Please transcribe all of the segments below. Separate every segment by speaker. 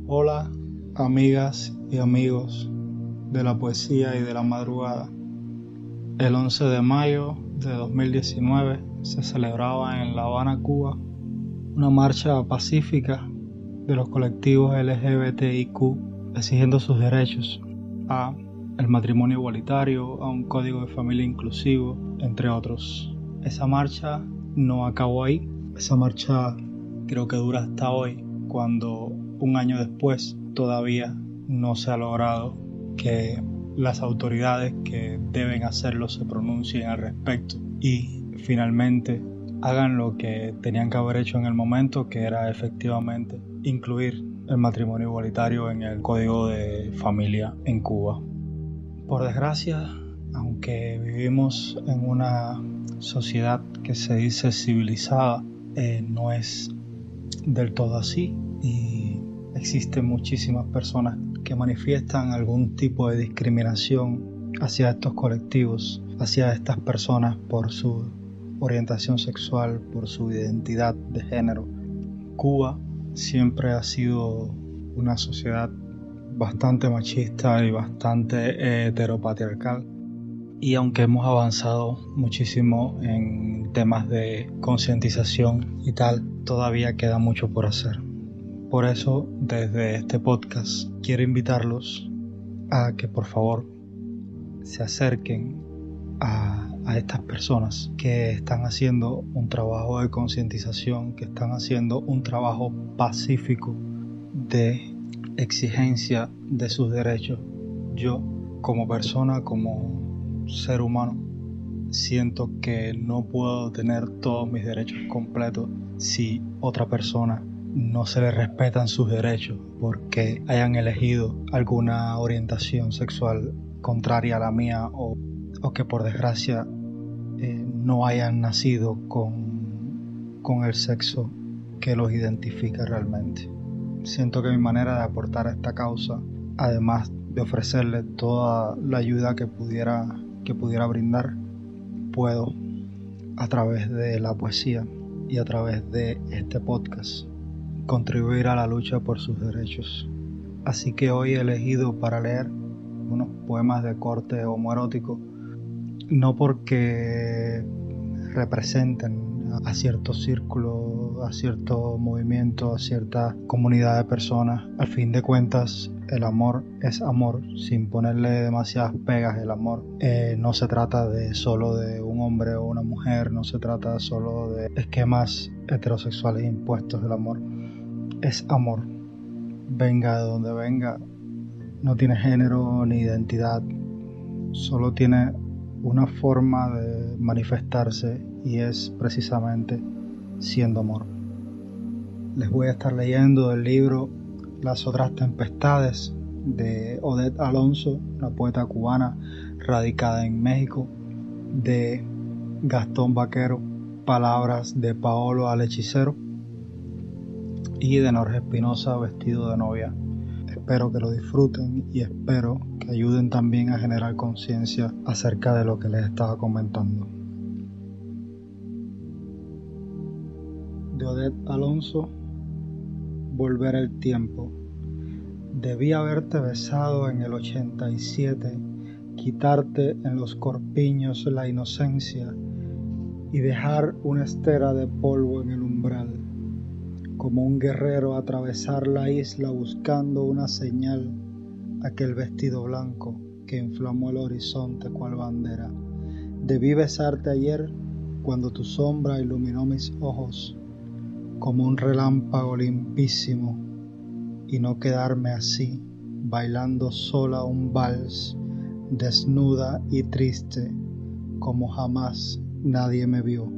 Speaker 1: Hola, amigas y amigos de la poesía y de la madrugada. El 11 de mayo de 2019 se celebraba en La Habana, Cuba, una marcha pacífica de los colectivos LGBTIQ exigiendo sus derechos a el matrimonio igualitario, a un código de familia inclusivo, entre otros. Esa marcha no acabó ahí. Esa marcha creo que dura hasta hoy, cuando un año después todavía no se ha logrado que las autoridades que deben hacerlo se pronuncien al respecto y finalmente hagan lo que tenían que haber hecho en el momento, que era efectivamente incluir el matrimonio igualitario en el código de familia en Cuba. Por desgracia, aunque vivimos en una sociedad que se dice civilizada, no es del todo así y existen muchísimas personas que manifiestan algún tipo de discriminación hacia estos colectivos, hacia estas personas por su orientación sexual, por su identidad de género. Cuba siempre ha sido una sociedad bastante machista y bastante heteropatriarcal, y aunque hemos avanzado muchísimo en temas de concientización y tal, todavía queda mucho por hacer. Por eso, desde este podcast, quiero invitarlos a que por favor se acerquen a estas personas que están haciendo un trabajo de concientización, que están haciendo un trabajo pacífico de exigencia de sus derechos. Yo, como persona, como ser humano, siento que no puedo tener todos mis derechos completos si otra persona no se le respetan sus derechos porque hayan elegido alguna orientación sexual contraria a la mía o que por desgracia no hayan nacido con el sexo que los identifica realmente. Siento que mi manera de aportar a esta causa, además de ofrecerle toda la ayuda que pudiera brindar, puedo, a través de la poesía y a través de este podcast, contribuir a la lucha por sus derechos. Así que hoy he elegido para leer unos poemas de corte homoerótico, no porque representen a cierto círculo, a cierto movimiento, a cierta comunidad de personas. Al fin de cuentas, el amor es amor, sin ponerle demasiadas pegas. El amor no se trata de solo de un hombre o una mujer, no se trata solo de esquemas heterosexuales impuestos. El amor es amor, venga de donde venga, no tiene género ni identidad, solo tiene una forma de manifestarse y es precisamente siendo amor. Les voy a estar leyendo del libro Las otras tempestades de Odette Alonso, una poeta cubana radicada en México, de Gastón Vaquero, Palabras de Paolo al Hechicero, y de Norge Espinosa, Vestido de novia. Espero que lo disfruten y espero que ayuden también a generar conciencia acerca de lo que les estaba comentando. De Odette Alonso, Volver el tiempo. Debí haberte besado en el 87, quitarte en los corpiños la inocencia y dejar una estera de polvo en el umbral. Como un guerrero atravesar la isla buscando una señal, aquel vestido blanco que inflamó el horizonte cual bandera. Debí besarte ayer cuando tu sombra iluminó mis ojos como un relámpago limpísimo y no quedarme así, bailando sola un vals, desnuda y triste, como jamás nadie me vio.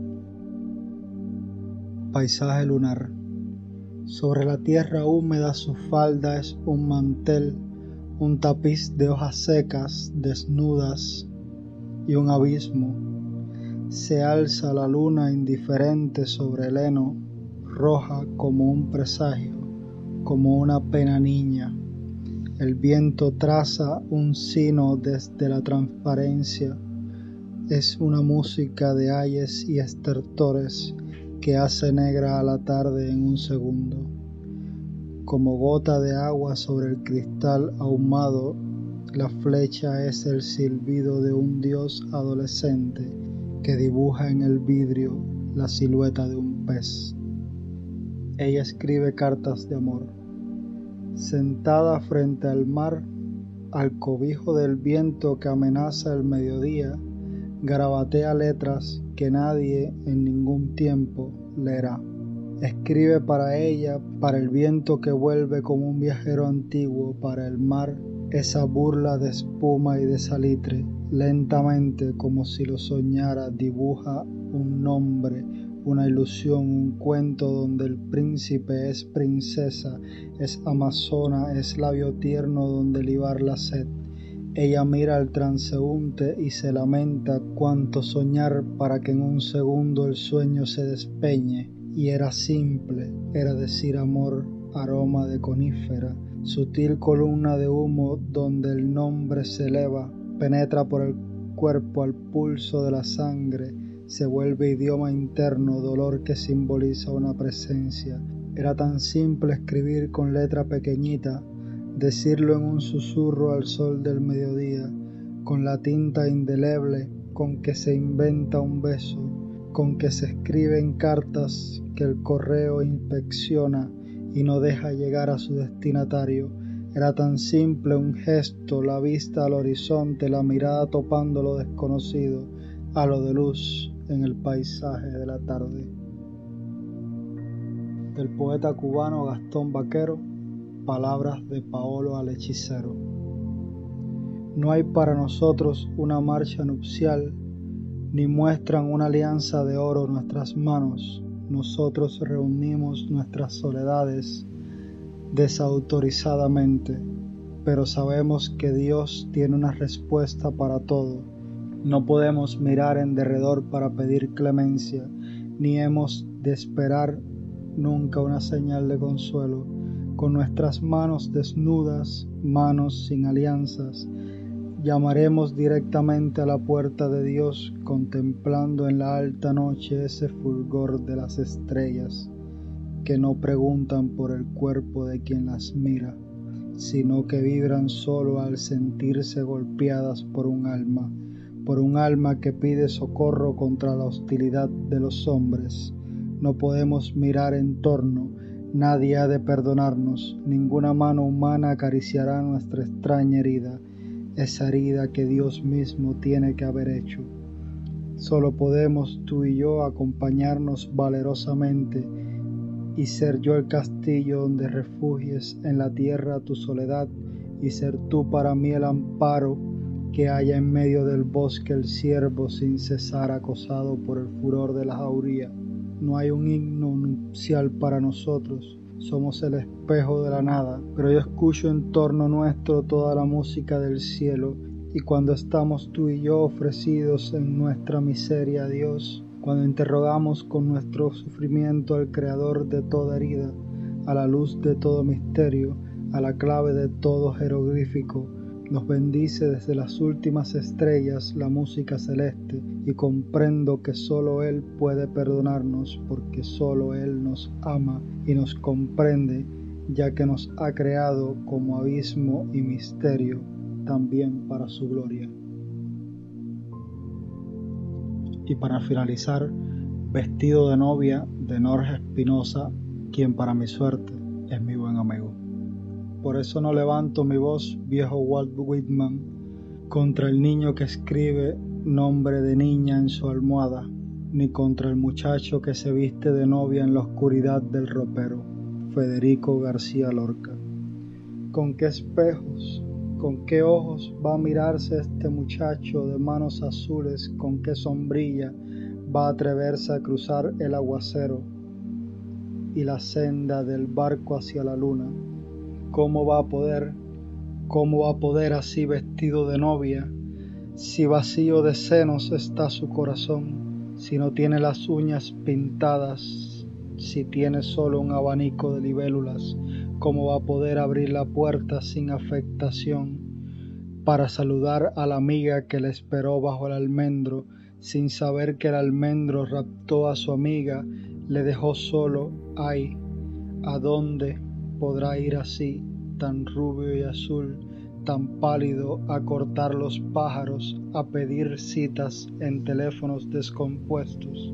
Speaker 1: Paisaje lunar. Sobre la tierra húmeda su falda es un mantel, un tapiz de hojas secas, desnudas y un abismo. Se alza la luna indiferente sobre el heno, roja como un presagio, como una pena niña. El viento traza un sino desde la transparencia. Es una música de ayes y estertores que hace negra a la tarde en un segundo. como gota de agua sobre el cristal ahumado. La flecha es el silbido de un dios adolescente que dibuja en el vidrio la silueta de un pez. Ella escribe cartas de amor. Sentada frente al mar, al cobijo del viento que amenaza el mediodía, garabatea letras que nadie en ningún tiempo leerá. Escribe para ella, para el viento que vuelve como un viajero antiguo, para el mar, esa burla de espuma y de salitre. Lentamente, como si lo soñara, dibuja un nombre, una ilusión, un cuento donde el príncipe es princesa, es amazona, es labio tierno donde libar la sed. Ella mira al transeúnte y se lamenta cuánto soñar para que en un segundo el sueño se despeñe. Y era simple, era decir amor, aroma de conífera, sutil columna de humo donde el nombre se eleva, penetra por el cuerpo al pulso de la sangre, se vuelve idioma interno, dolor que simboliza una presencia. Era tan simple escribir con letra pequeñita, decirlo en un susurro al sol del mediodía, con la tinta indeleble con que se inventa un beso, con que se escriben cartas que el correo inspecciona y no deja llegar a su destinatario. Era tan simple un gesto, la vista al horizonte, la mirada topando lo desconocido, a lo de luz en el paisaje de la tarde. Del poeta cubano Gastón Vaquero, palabras de Paolo al hechicero. No hay para nosotros una marcha nupcial, ni muestran una alianza de oro nuestras manos. Nosotros reunimos nuestras soledades desautorizadamente, pero sabemos que Dios tiene una respuesta para todo. No podemos mirar en derredor para pedir clemencia, ni hemos de esperar nunca una señal de consuelo. Con nuestras manos desnudas, manos sin alianzas, llamaremos directamente a la puerta de Dios, contemplando en la alta noche ese fulgor de las estrellas, que no preguntan por el cuerpo de quien las mira, sino que vibran solo al sentirse golpeadas por un alma que pide socorro contra la hostilidad de los hombres. No podemos mirar en torno, nadie ha de perdonarnos, ninguna mano humana acariciará nuestra extraña herida, esa herida que Dios mismo tiene que haber hecho. Solo podemos tú y yo acompañarnos valerosamente y ser yo el castillo donde refugies en la tierra tu soledad y ser tú para mí el amparo que haya en medio del bosque el ciervo sin cesar acosado por el furor de la jauría. No hay un himno nupcial para nosotros, somos el espejo de la nada, pero yo escucho en torno nuestro toda la música del cielo, y cuando estamos tú y yo ofrecidos en nuestra miseria a Dios, cuando interrogamos con nuestro sufrimiento al Creador de toda herida, a la luz de todo misterio, a la clave de todo jeroglífico, nos bendice desde las últimas estrellas la música celeste, y comprendo que solo Él puede perdonarnos, porque solo Él nos ama y nos comprende, ya que nos ha creado como abismo y misterio, también para su gloria. Y para finalizar, Vestido de novia, de Norge Espinosa, quien para mi suerte es mi buen amigo. Por eso no levanto mi voz, viejo Walt Whitman, contra el niño que escribe nombre de niña en su almohada, ni contra el muchacho que se viste de novia en la oscuridad del ropero, Federico García Lorca. ¿Con qué espejos, con qué ojos va a mirarse este muchacho de manos azules? ¿Con qué sombrilla va a atreverse a cruzar el aguacero y la senda del barco hacia la luna? ¿Cómo va a poder así vestido de novia, si vacío de senos está su corazón, si no tiene las uñas pintadas, si tiene solo un abanico de libélulas? ¿Cómo va a poder abrir la puerta sin afectación para saludar a la amiga que le esperó bajo el almendro, sin saber que el almendro raptó a su amiga, le dejó solo? Ay, ¿a dónde podrá ir así, tan rubio y azul, tan pálido, a cortar los pájaros, a pedir citas en teléfonos descompuestos?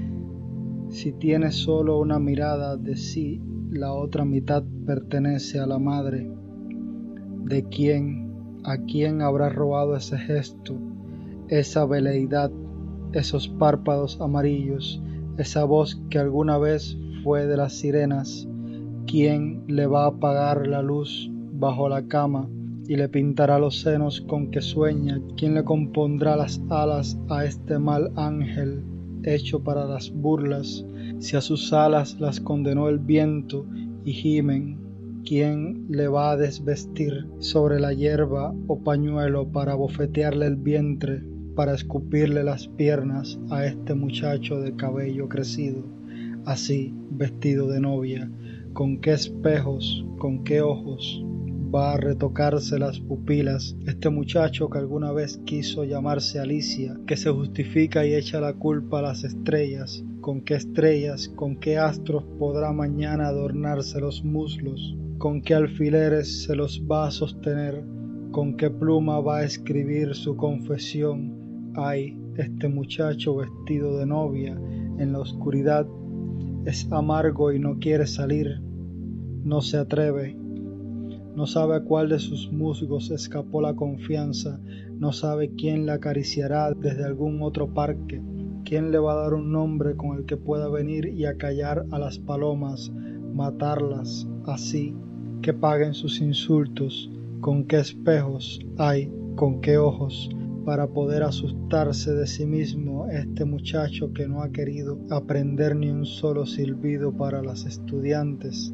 Speaker 1: Si tiene solo una mirada de sí, la otra mitad pertenece a la madre. ¿De quién, a quién habrá robado ese gesto, esa veleidad, esos párpados amarillos, esa voz que alguna vez fue de las sirenas? ¿Quién le va a apagar la luz bajo la cama y le pintará los senos con que sueña? ¿Quién le compondrá las alas a este mal ángel hecho para las burlas? Si a sus alas las condenó el viento y gimen, ¿quién le va a desvestir sobre la hierba o pañuelo para bofetearle el vientre, para escupirle las piernas a este muchacho de cabello crecido, así vestido de novia? ¿Con qué espejos, con qué ojos va a retocarse las pupilas este muchacho que alguna vez quiso llamarse Alicia, que se justifica y echa la culpa a las estrellas? ¿Con qué estrellas, con qué astros podrá mañana adornarse los muslos? ¿Con qué alfileres se los va a sostener? ¿Con qué pluma va a escribir su confesión? Ay, este muchacho vestido de novia en la oscuridad es amargo y no quiere salir, no se atreve, no sabe a cuál de sus musgos escapó la confianza, no sabe quién la acariciará desde algún otro parque, quién le va a dar un nombre con el que pueda venir y acallar a las palomas, matarlas así, que paguen sus insultos. ¿Con qué espejos, ay, con qué ojos, para poder asustarse de sí mismo este muchacho que no ha querido aprender ni un solo silbido para las estudiantes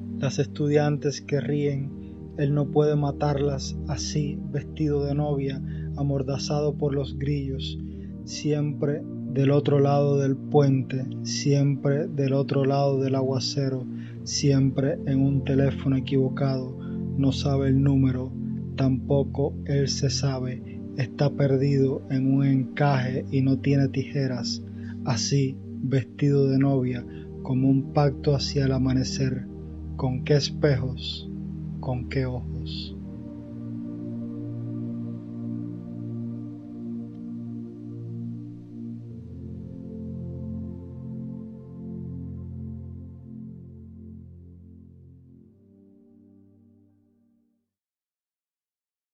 Speaker 1: que ríen? Él no puede matarlas así, vestido de novia, amordazado por los grillos, siempre del otro lado del puente, siempre del otro lado del aguacero, siempre en un teléfono equivocado. No sabe el número, tampoco él se sabe, está perdido en un encaje y no tiene tijeras, así, vestido de novia, como un pacto hacia el amanecer. ¿Con qué espejos? ¿Con qué ojos?